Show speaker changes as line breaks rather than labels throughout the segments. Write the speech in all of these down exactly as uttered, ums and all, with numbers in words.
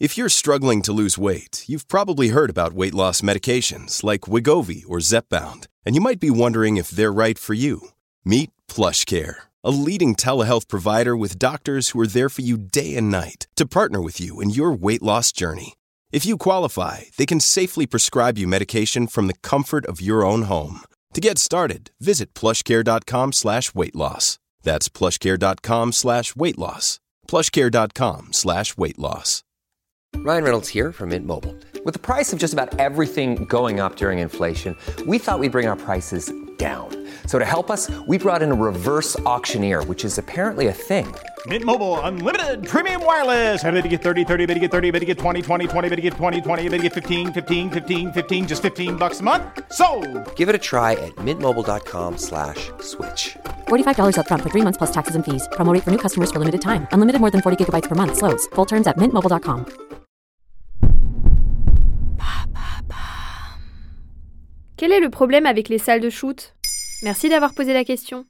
If you're struggling to lose weight, you've probably heard about weight loss medications like Wegovy or Zepbound, and you might be wondering if they're right for you. Meet PlushCare, a leading telehealth provider with doctors who are there for you day and night to partner with you in your weight loss journey. If you qualify, they can safely prescribe you medication from the comfort of your own home. To get started, visit plushcare.com slash weight loss. That's plushcare.com slash weight loss. plushcare.com slash weight loss.
Ryan Reynolds here from Mint Mobile. With the price of just about everything going up during inflation, we thought we'd bring our prices down. So to help us, we brought in a reverse auctioneer, which is apparently a thing.
Mint Mobile Unlimited Premium Wireless. How to get thirty, thirty, how to get thirty, how to get twenty, twenty, twenty, how to get twenty, twenty, how to get fifteen, fifteen, fifteen, fifteen, just fifteen bucks a month? Sold!
Give it a try at mintmobile.com slash switch.
forty-five dollars up front for three months plus taxes and fees. Promo rate for new customers for limited time. Unlimited more than forty gigabytes per month. Slows full terms at mint mobile dot com.
Quel est le problème avec les salles de shoot ? Merci d'avoir posé la question.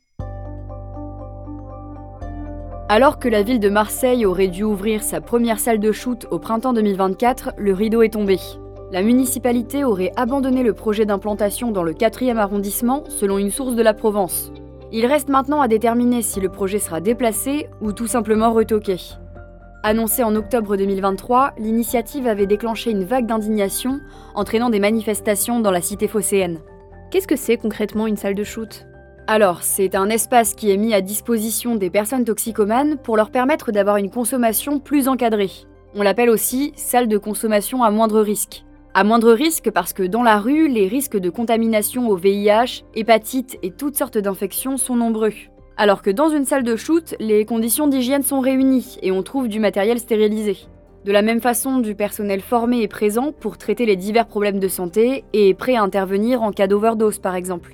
Alors que la ville de Marseille aurait dû ouvrir sa première salle de shoot au printemps deux mille vingt-quatre, le rideau est tombé. La municipalité aurait abandonné le projet d'implantation dans le quatrième arrondissement, selon une source de la Provence. Il reste maintenant à déterminer si le projet sera déplacé ou tout simplement retoqué. Annoncée en octobre deux mille vingt-trois, l'initiative avait déclenché une vague d'indignation, entraînant des manifestations dans la cité phocéenne. Qu'est-ce que c'est concrètement une salle de shoot ? Alors, c'est un espace qui est mis à disposition des personnes toxicomanes pour leur permettre d'avoir une consommation plus encadrée. On l'appelle aussi salle de consommation à moindre risque. À moindre risque parce que dans la rue, les risques de contamination au V I H, hépatite et toutes sortes d'infections sont nombreux. Alors que dans une salle de shoot, les conditions d'hygiène sont réunies et on trouve du matériel stérilisé. De la même façon, du personnel formé est présent pour traiter les divers problèmes de santé et est prêt à intervenir en cas d'overdose par exemple.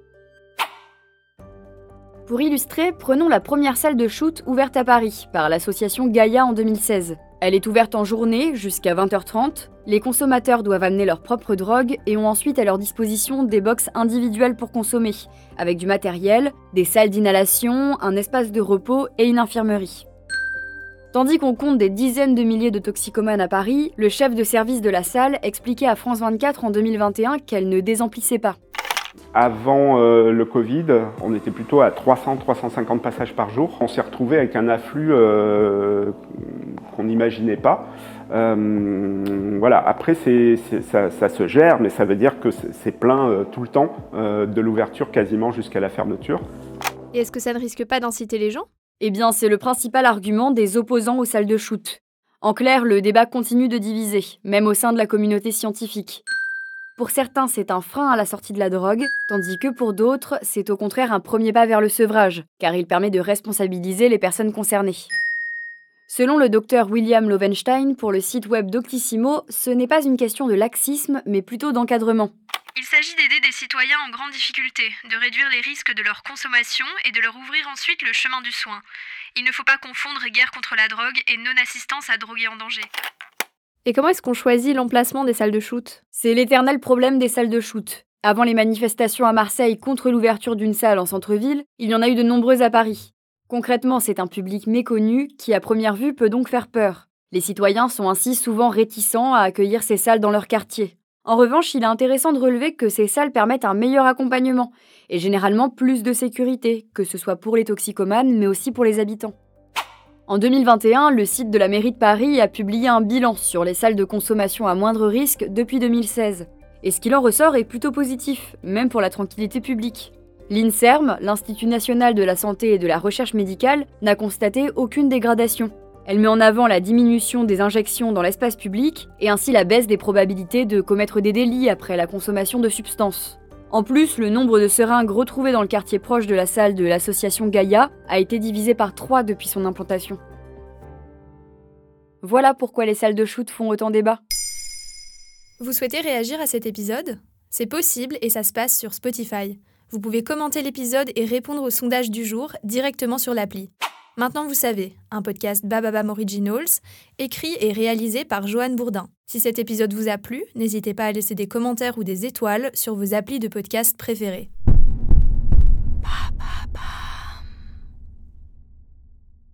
Pour illustrer, prenons la première salle de shoot ouverte à Paris par l'association Gaïa en deux mille seize. Elle est ouverte en journée jusqu'à vingt heures trente. Les consommateurs doivent amener leur propre drogue et ont ensuite à leur disposition des box individuelles pour consommer, avec du matériel, des salles d'inhalation, un espace de repos et une infirmerie. Tandis qu'on compte des dizaines de milliers de toxicomanes à Paris, le chef de service de la salle expliquait à France vingt-quatre en deux mille vingt et un qu'elle ne désemplissait pas.
Avant euh, le Covid, on était plutôt à trois cents à trois cent cinquante passages par jour. On s'est retrouvé avec un afflux euh, qu'on n'imaginait pas. Euh, voilà. Après, c'est, c'est, ça, ça se gère, mais ça veut dire que c'est, c'est plein euh, tout le temps, euh, de l'ouverture quasiment jusqu'à la fermeture.
Et est-ce que ça ne risque pas d'inciter les gens ?
Eh bien, c'est le principal argument des opposants aux salles de shoot. En clair, le débat continue de diviser, même au sein de la communauté scientifique. Pour certains, c'est un frein à la sortie de la drogue, tandis que pour d'autres, c'est au contraire un premier pas vers le sevrage, car il permet de responsabiliser les personnes concernées. Selon le docteur William Lowenstein pour le site web Doctissimo, ce n'est pas une question de laxisme, mais plutôt d'encadrement.
Il s'agit d'aider des citoyens en grande difficulté, de réduire les risques de leur consommation et de leur ouvrir ensuite le chemin du soin. Il ne faut pas confondre guerre contre la drogue et non-assistance à drogués en danger.
Et comment est-ce qu'on choisit l'emplacement des salles de shoot ?
C'est l'éternel problème des salles de shoot. Avant les manifestations à Marseille contre l'ouverture d'une salle en centre-ville, il y en a eu de nombreuses à Paris. Concrètement, c'est un public méconnu qui, à première vue, peut donc faire peur. Les citoyens sont ainsi souvent réticents à accueillir ces salles dans leur quartier. En revanche, il est intéressant de relever que ces salles permettent un meilleur accompagnement et généralement plus de sécurité, que ce soit pour les toxicomanes, mais aussi pour les habitants. En deux mille vingt et un, le site de la mairie de Paris a publié un bilan sur les salles de consommation à moindre risque depuis deux mille seize. Et ce qu'il en ressort est plutôt positif, même pour la tranquillité publique. L'INSERM, l'Institut national de la santé et de la recherche médicale, n'a constaté aucune dégradation. Elle met en avant la diminution des injections dans l'espace public et ainsi la baisse des probabilités de commettre des délits après la consommation de substances. En plus, le nombre de seringues retrouvées dans le quartier proche de la salle de l'association Gaïa a été divisé par trois depuis son implantation. Voilà pourquoi les salles de shoot font autant débat.
Vous souhaitez réagir à cet épisode ? C'est possible et ça se passe sur Spotify. Vous pouvez commenter l'épisode et répondre au sondage du jour directement sur l'appli. Maintenant vous savez, un podcast Bababam Originals, écrit et réalisé par Joanne Bourdin. Si cet épisode vous a plu, n'hésitez pas à laisser des commentaires ou des étoiles sur vos applis de podcast préférés.